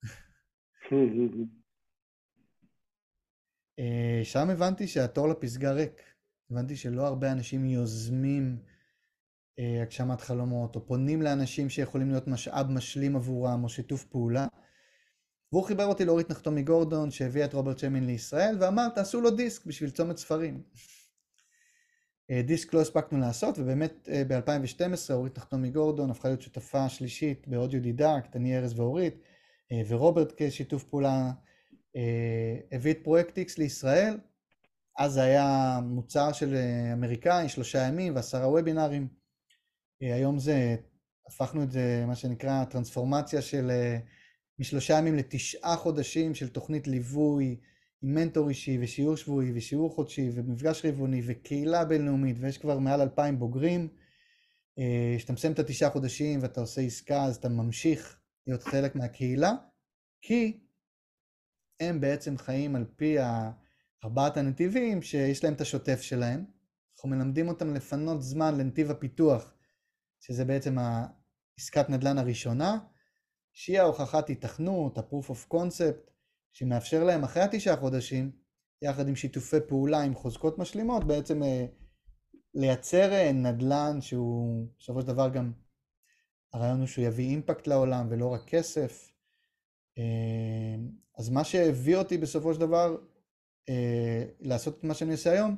שם הבנתי שהתור לפסגה ריק. הבנתי שלא הרבה אנשים יוזמים אה, הגשמת חלומות, או פונים לאנשים שיכולים להיות משאב משלים עבורם, או שיתוף פעולה. והוא חיבר אותי לאורית נחתומי גורדון, שהביאה את רוברט שמין לישראל, ואמר, תעשו לו דיסק בשביל צומת ספרים. אה, דיסק לא הספקנו לעשות, ובאמת אה, ב-אלפיים ושתים עשרה אורית נחתומי גורדון הפכה להיות שותפה שלישית באודיו דידקט, אני ארז ואורית, אה, ורוברט כשיתוף פעולה, אה, הביא את פרויקט X לישראל. אז זה היה מוצר של אמריקאי, שלושה ימים ועשרה וובינרים. היום זה, הפכנו את זה, מה שנקרא, טרנספורמציה של משלושה ימים לתשעה חודשים של תוכנית ליווי, עם מנטור אישי ושיעור שבועי ושיעור חודשי ומפגש רבעוני וקהילה בינלאומית, ויש כבר מעל אלפיים בוגרים. כשאתה מסיים את התשעה חודשים ואתה עושה עסקה, אז אתה ממשיך להיות חלק מהקהילה, כי הם בעצם חיים על פי ה... ארבעת הנתיבים שיש להם את השוטף שלהם. אנחנו מלמדים אותם לפנות זמן לנתיב הפיתוח, שזה בעצם העסקת נדל"ן הראשונה, שהיא ההוכחת היתכנות, ה-proof of concept, שמאפשר להם אחרי התשעה חודשים, יחד עם שיתופי פעולה עם חוזקות משלימות, בעצם לייצר נדל"ן שהוא בסופו של דבר גם, הרעיון הוא שהוא יביא אימפקט לעולם ולא רק כסף. אז מה שהביא אותי בסופו של דבר, Uh, לעשות את מה שאני עושה היום,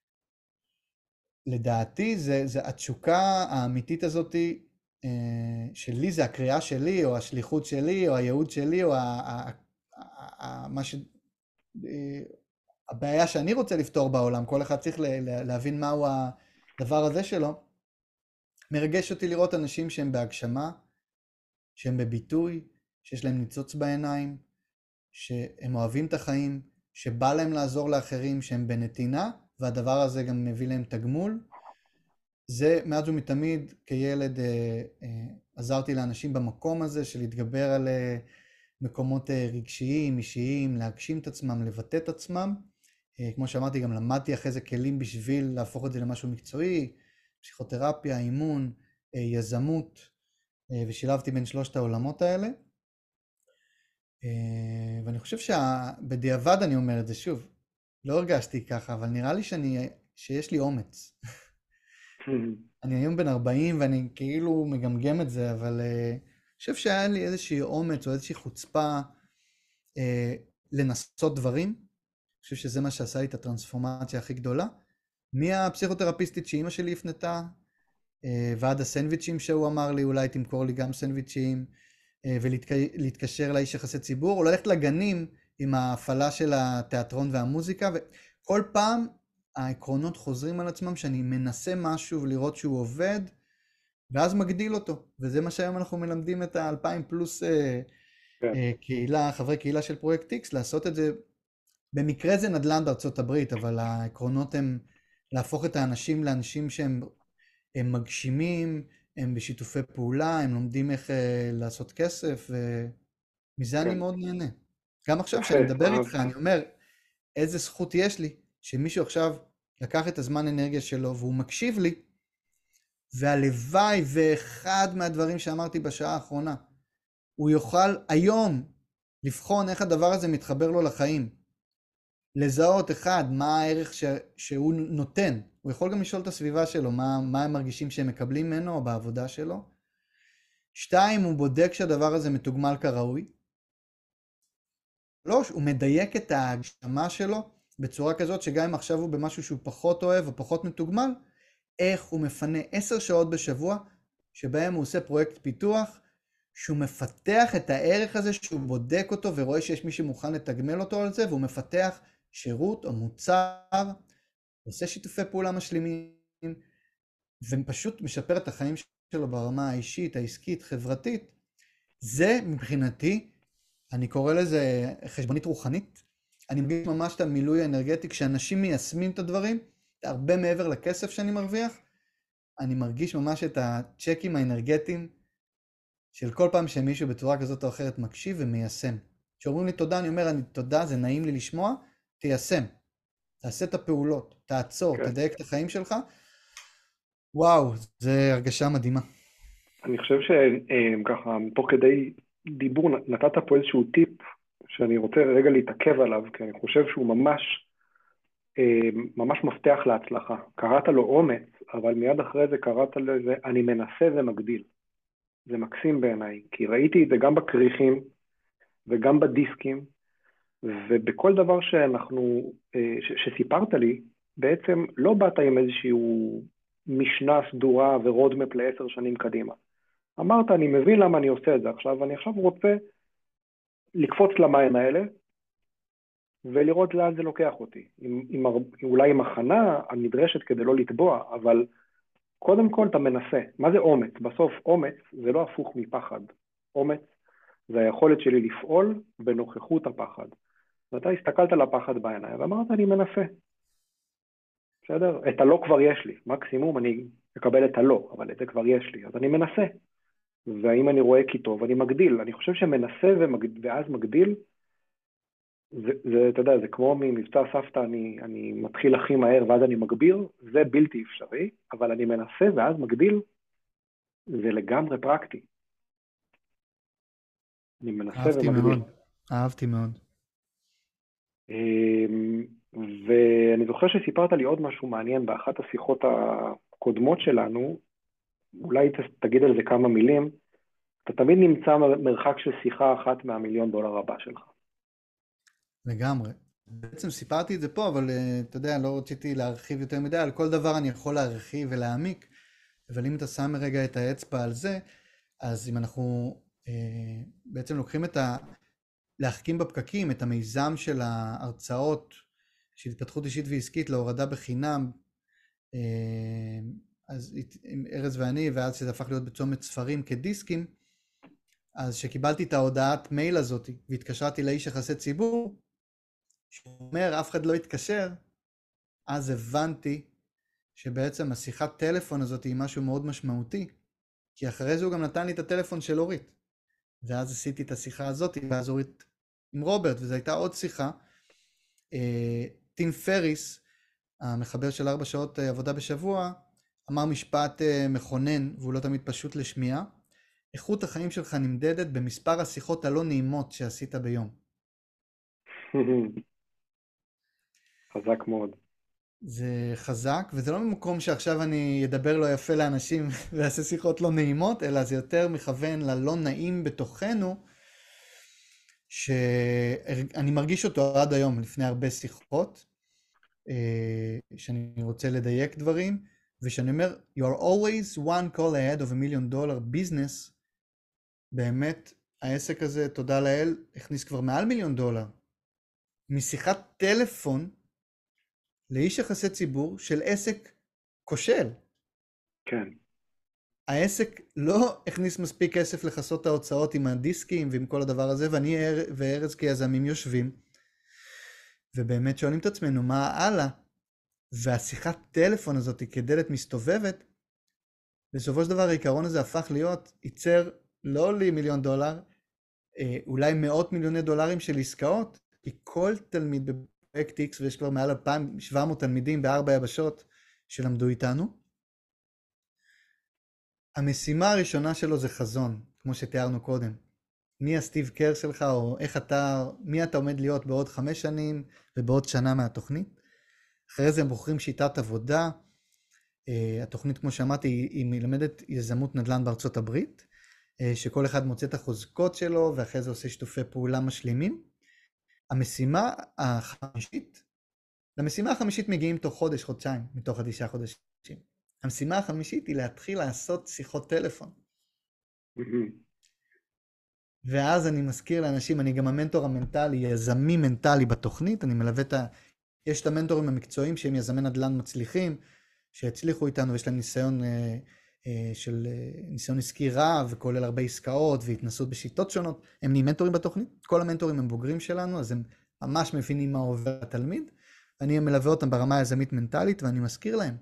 לדעתי זה, זה התשוקה האמיתית הזאת, uh, שלי, זה הקריאה שלי, או השליחות שלי, או הייעוד שלי, או ה, ה, ה, ה, מה ש... uh, הבעיה שאני רוצה לפתור בעולם, כל אחד צריך לה, לה, להבין מהו הדבר הזה שלו. מרגש אותי לראות אנשים שהם בהגשמה, שהם בביטוי, שיש להם ניצוץ בעיניים, שהם אוהבים את החיים, שבא להם לעזור לאחרים שהם בנתינה, והדבר הזה גם מביא להם תגמול. זה מאז ומתמיד כילד אה, אה, עזרתי לאנשים במקום הזה של להתגבר על אה, מקומות אה, רגשיים, אישיים, להגשים את עצמם, לבטא את עצמם. אה, כמו שאמרתי, גם למדתי אחרי זה כלים בשביל להפוך את זה למשהו מקצועי, פסיכותרפיה, אימון, אה, יזמות, אה, ושילבתי בין שלושת העולמות האלה. ואני חושב שבדיעבד אני אומר את זה שוב, לא הרגשתי ככה, אבל נראה לי שאני, שיש לי אומץ. אני היום בן ארבעים ואני כאילו מגמגם את זה, אבל אני חושב שהיה לי איזושהי אומץ או איזושהי חוצפה לנסות דברים. אני חושב שזה מה שעשה לי את הטרנספורמציה הכי גדולה. מהפסיכותרפיסטית שאימא שלי הפנתה, ועד הסנדוויצ'ים שהוא אמר לי, אולי תמכור לי גם סנדוויצ'ים, ולהתקשר לאיש יחסי ציבור, או ללכת לגנים עם ההפעלה של התיאטרון והמוזיקה, וכל פעם העקרונות חוזרים על עצמם, שאני מנסה משהו ולראות שהוא עובד, ואז מגדיל אותו, וזה מה שהיום אנחנו מלמדים את האלפיים פלוס כן. קהילה, חברי קהילה של פרויקט X, לעשות את זה, במקרה זה נדל"ן בארצות הברית, אבל העקרונות הם להפוך את האנשים לאנשים שהם הם מגשימים, הם בשיתופי פעולה, הם לומדים איך uh, לעשות כסף, ומזה כן. אני מאוד נהנה. גם עכשיו שאני מדבר איתך, אני אומר, איזה זכות יש לי, שמישהו עכשיו לקח את הזמן אנרגיה שלו, והוא מקשיב לי, והלוואי ואחד מהדברים שאמרתי בשעה האחרונה, הוא יוכל היום לבחון איך הדבר הזה מתחבר לו לחיים. לזהות אחד, מה הערך ש... שהוא נותן. הוא יכול גם לשאול את הסביבה שלו, מה, מה הם מרגישים שהם מקבלים ממנו או בעבודה שלו. שתיים, הוא בודק שהדבר הזה מתוגמל כראוי. שלוש, הוא מדייק את ההגשמה שלו בצורה כזאת שגם אם עכשיו הוא במשהו שהוא פחות אוהב או פחות מתוגמל, איך הוא מפנה עשר שעות בשבוע שבהם הוא עושה פרויקט פיתוח, שהוא מפתח את הערך הזה, שהוא בודק אותו ורואה שיש מי שמוכן לתגמל אותו על זה, והוא מפתח שירות או מוצר, עושה שיתופי פעולה משלימים, ופשוט משפר את החיים שלו ברמה האישית, העסקית, חברתית. זה מבחינתי, אני קורא לזה חשבונית רוחנית. אני מרגיש ממש את המילוי האנרגטי, כשאנשים מיישמים את הדברים, הרבה מעבר לכסף שאני מרוויח, אני מרגיש ממש את הצ'קים האנרגטיים, של כל פעם שמישהו בצורה כזאת או אחרת מקשיב ומיישם. כשאומרים לי תודה, אני אומר, אני תודה, זה נעים לי לשמוע, תיישם. תעשה את הפעולות, תעצור, כן. תדייק את החיים שלך. וואו, זה הרגשה מדהימה. אני חושב שככה, תוך כדי דיבור, נתת פה איזשהו טיפ, שאני רוצה רגע להתעכב עליו, כי אני חושב שהוא ממש, ממש מפתח להצלחה. קראת לו אומץ, אבל מיד אחרי זה קראת לזה, אני מנסה ומגדיל. זה מקסים בעיניי, כי ראיתי את זה גם בקריחים וגם בדיסקים, ובכל דבר שאנחנו, ש, שסיפרת לי, בעצם לא באת עם איזשהו משנה סדורה ורודמפ לעשר שנים קדימה. אמרת, אני מבין למה אני עושה את זה עכשיו, ואני עכשיו רוצה לקפוץ למים האלה, ולראות לאן זה לוקח אותי. עם, עם, אולי עם הכנה הנדרשת כדי לא לטבוע, אבל קודם כל אתה מנסה. מה זה אומץ? בסוף אומץ זה לא הפוך מפחד. אומץ זה היכולת שלי לפעול בנוכחות הפחד. ואתה הסתכלת על הפחד בעיניים ואמרת אני מנסה. בסדר? את הלא כבר יש לי. מקסימום אני אקבל את הלא, אבל את זה כבר יש לי. אז אני מנסה. והאם אני רואה כי טוב, אני מגדיל. אני חושב שמנסה ומגד... ואז מגדיל, זה, זה, אתה יודע, זה כמו ממבצע סבתא, אני, אני מתחיל הכי מהר ואז אני מגביר, זה בלתי אפשרי, אבל אני מנסה ואז מגדיל, זה לגמרי פרקטי. אני מנסה אהבתי ומגדיל. מאוד, אהבתי מאוד. ואני זוכר שסיפרת לי עוד משהו מעניין באחת השיחות הקודמות שלנו, אולי תגיד על זה כמה מילים, אתה תמיד נמצא מרחק של שיחה אחת מהמיליון דולר הבא שלך. לגמרי. בעצם סיפרתי את זה פה, אבל uh, אתה יודע, לא רציתי להרחיב יותר מדי, על כל דבר אני יכול להרחיב ולהעמיק, אבל אם אתה שם רגע את האצבע על זה, אז אם אנחנו uh, בעצם לוקחים את ה... להחכים בפקקים, את המיזם של ההרצאות של התפתחות אישית ועסקית להורדה בחינם, uh, אז עם ארז ואני, ואז שזה הפך להיות בצומת ספרים כדיסקים, אז שקיבלתי את ההודעת מייל הזאת, והתקשרתי לאיש יחסי ציבור, שהוא אומר, אף אחד לא יתקשר, אז הבנתי שבעצם השיחת טלפון הזאת היא משהו מאוד משמעותי, כי אחרי זה הוא גם נתן לי את הטלפון של אורית, ואז עשיתי את השיחה הזאת, ואז אורית עם רוברט, וזו הייתה עוד שיחה. טים פריס, המחבר של ארבע שעות עבודה בשבוע, אמר משפט מכונן, והוא לא תמיד פשוט לשמיעה, איכות החיים שלך נמדדת במספר השיחות הלא נעימות שעשית ביום. חזק מאוד. זה חזק, וזה לא ממקום שעכשיו אני אדבר לא יפה לאנשים ואעשה שיחות לא נעימות, אלא זה יותר מכוון ללא נעים בתוכנו, שאני מרגיש אותו עד היום, לפני הרבה שיחות, שאני רוצה לדייק דברים, ושאני אומר, you are always one call ahead of a million dollar business, באמת, העסק הזה, תודה לאל, הכניס כבר מעל מיליון דולר, משיחת טלפון, לאיש יחסי ציבור של עסק כושל. כן. העסק לא הכניס מספיק כסף לחסות ההוצאות עם הדיסקים ועם כל הדבר הזה, ואני וארז כיזמים יושבים, ובאמת שואלים את עצמנו מה הלאה, והשיחת טלפון הזאת כדלת מסתובבת, בסופו של דבר העיקרון הזה הפך להיות, ייצר לא לי מיליון דולר, אולי מאות מיליוני דולרים של עסקאות, כי כל תלמיד בפרויקט X, ויש כבר מעל אלפיים ושבע מאות תלמידים בארבע יבשות שלמדו איתנו, המשימה הראשונה שלו זה חזון, כמו שתיארנו קודם. מי הסטיב קר שלך, או איך אתה, מי אתה עומד להיות בעוד חמש שנים ובעוד שנה מהתוכנית. אחרי זה הם בוחרים שיטת עבודה. Uh, התוכנית, כמו שאמרתי, היא, היא מלמדת יזמות נדל"ן בארצות הברית, uh, שכל אחד מוצא את החוזקות שלו, ואחרי זה עושה שיתופי פעולה משלימים. המשימה החמישית, למשימה החמישית מגיעים תוך חודש, חודשיים, מתוך התשעה חודשים. המשימה החמישית היא להתחיל לעשות שיחות טלפון. ואז אני מזכיר לאנשים, אני גם המנטור המנטלי, יזמי מנטלי בתוכנית, אני מלווה את ה... יש את המנטורים המקצועיים שהם יזמי נדל"ן מצליחים, שהצליחו איתנו ויש להם ניסיון אה, אה, של אה, ניסיון עסקי רב, וכולל הרבה עסקאות והתנסות בשיטות שונות. הם נהיים מנטורים בתוכנית, כל המנטורים הם בוגרים שלנו, אז הם ממש מבינים מה עובר התלמיד, ואני מלווה אותם ברמה היזמית מנטלית, ואני מזכיר להם,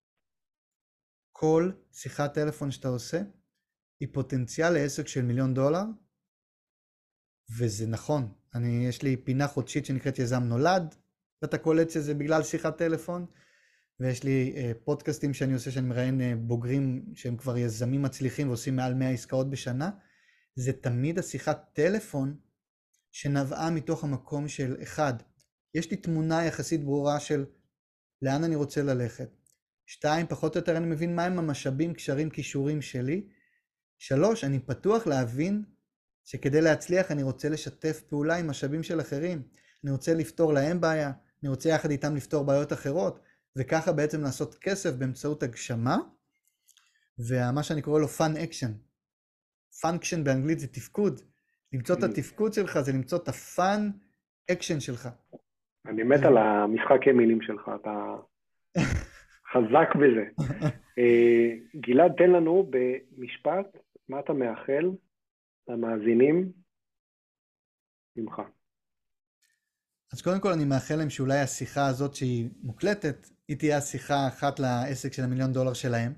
כל שיחת טלפון שאתה עושה, היא פוטנציאל לעסק של מיליון דולר, וזה נכון. אני, יש לי פינה חודשית שנקראת יזם נולד, ואתה קולט שזה בגלל שיחת טלפון, ויש לי אה, פודקאסטים שאני עושה, שאני מראיין אה, בוגרים שהם כבר יזמים מצליחים ועושים מעל מאה עסקאות בשנה. זה תמיד השיחת טלפון שנבעה מתוך המקום של אחד, יש לי תמונה יחסית ברורה של לאן אני רוצה ללכת. שתיים, פחות או יותר אני מבין מהם המשאבים, קשרים, כישורים שלי. שלוש, אני פתוח להבין שכדי להצליח אני רוצה לשתף פעולה עם משאבים של אחרים. אני רוצה לפתור להם בעיה, אני רוצה יחד איתם לפתור בעיות אחרות, וככה בעצם לעשות כסף באמצעות הגשמה, ומה שאני קורא לו fun action. function באנגלית זה תפקוד. למצוא את התפקוד שלך זה למצוא את ה-fun action שלך. אני מת על המשחק המילים שלך, אתה חזק בזה. גלעד, תן לנו במשפט, מה אתה מאחל למאזינים ממך? אז קודם כל אני מאחל להם שאולי השיחה הזאת שהיא מוקלטת, היא תהיה השיחה אחת לעסק של המיליון דולר שלהם.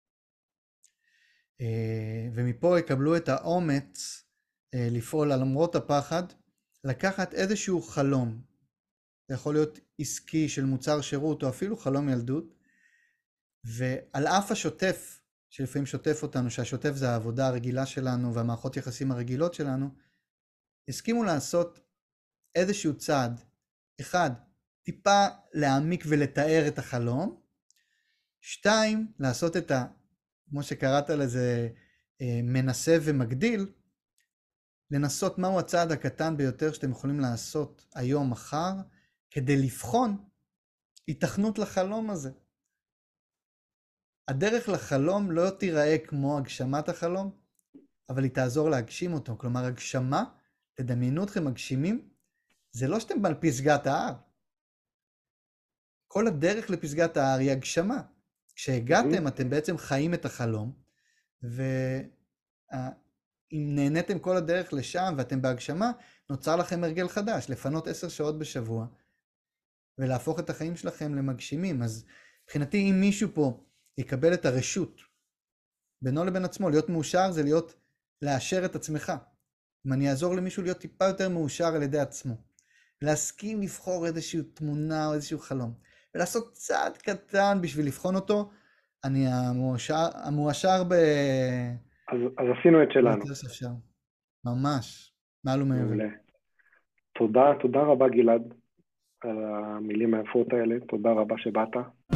ומפה יקבלו את האומץ לפעול למרות הפחד, לקחת איזשהו חלום, זה יכול להיות עסקי של מוצר שירות או אפילו חלום ילדות, ועל אף השוטף, שלפעמים שוטף אותנו, שהשוטף זה העבודה הרגילה שלנו והמערכות יחסים הרגילות שלנו, הסכימו לעשות איזשהו צעד, אחד, טיפה להעמיק ולתאר את החלום, שתיים, לעשות את ה, כמו שקראת לזה, מנסה ומגדיל, לנסות מהו הצעד הקטן ביותר שאתם יכולים לעשות היום, מחר, כדי לבחון התכנות לחלום הזה. הדרך לחלום לא תיראה כמו הגשמת החלום, אבל היא תעזור להגשים אותו. כלומר, הגשמה, תדמיינו אתכם מגשימים, זה לא שאתם על פסגת ההר. כל הדרך לפסגת ההר היא הגשמה. כשהגעתם, אתם בעצם חיים את החלום, ואם נהניתם כל הדרך לשם ואתם בהגשמה, נוצר לכם הרגל חדש, לפנות עשר שעות בשבוע, ולהפוך את החיים שלכם למגשימים. אז מבחינתי, אם מישהו פה יקבל את הרשות, בינו לבין עצמו, להיות מאושר זה להיות, לאשר את עצמך. אם אני אעזור למישהו להיות טיפה יותר מאושר על ידי עצמו, להסכים לבחור איזושהי תמונה או איזשהו חלום, ולעשות צעד קטן בשביל לבחון אותו, אני המאושר, המאושר ב... אז, אז עשינו את שלנו. ממש, מעל ומעבר. תודה, תודה רבה גלעד, על המילים היפות האלה, תודה רבה שבאת.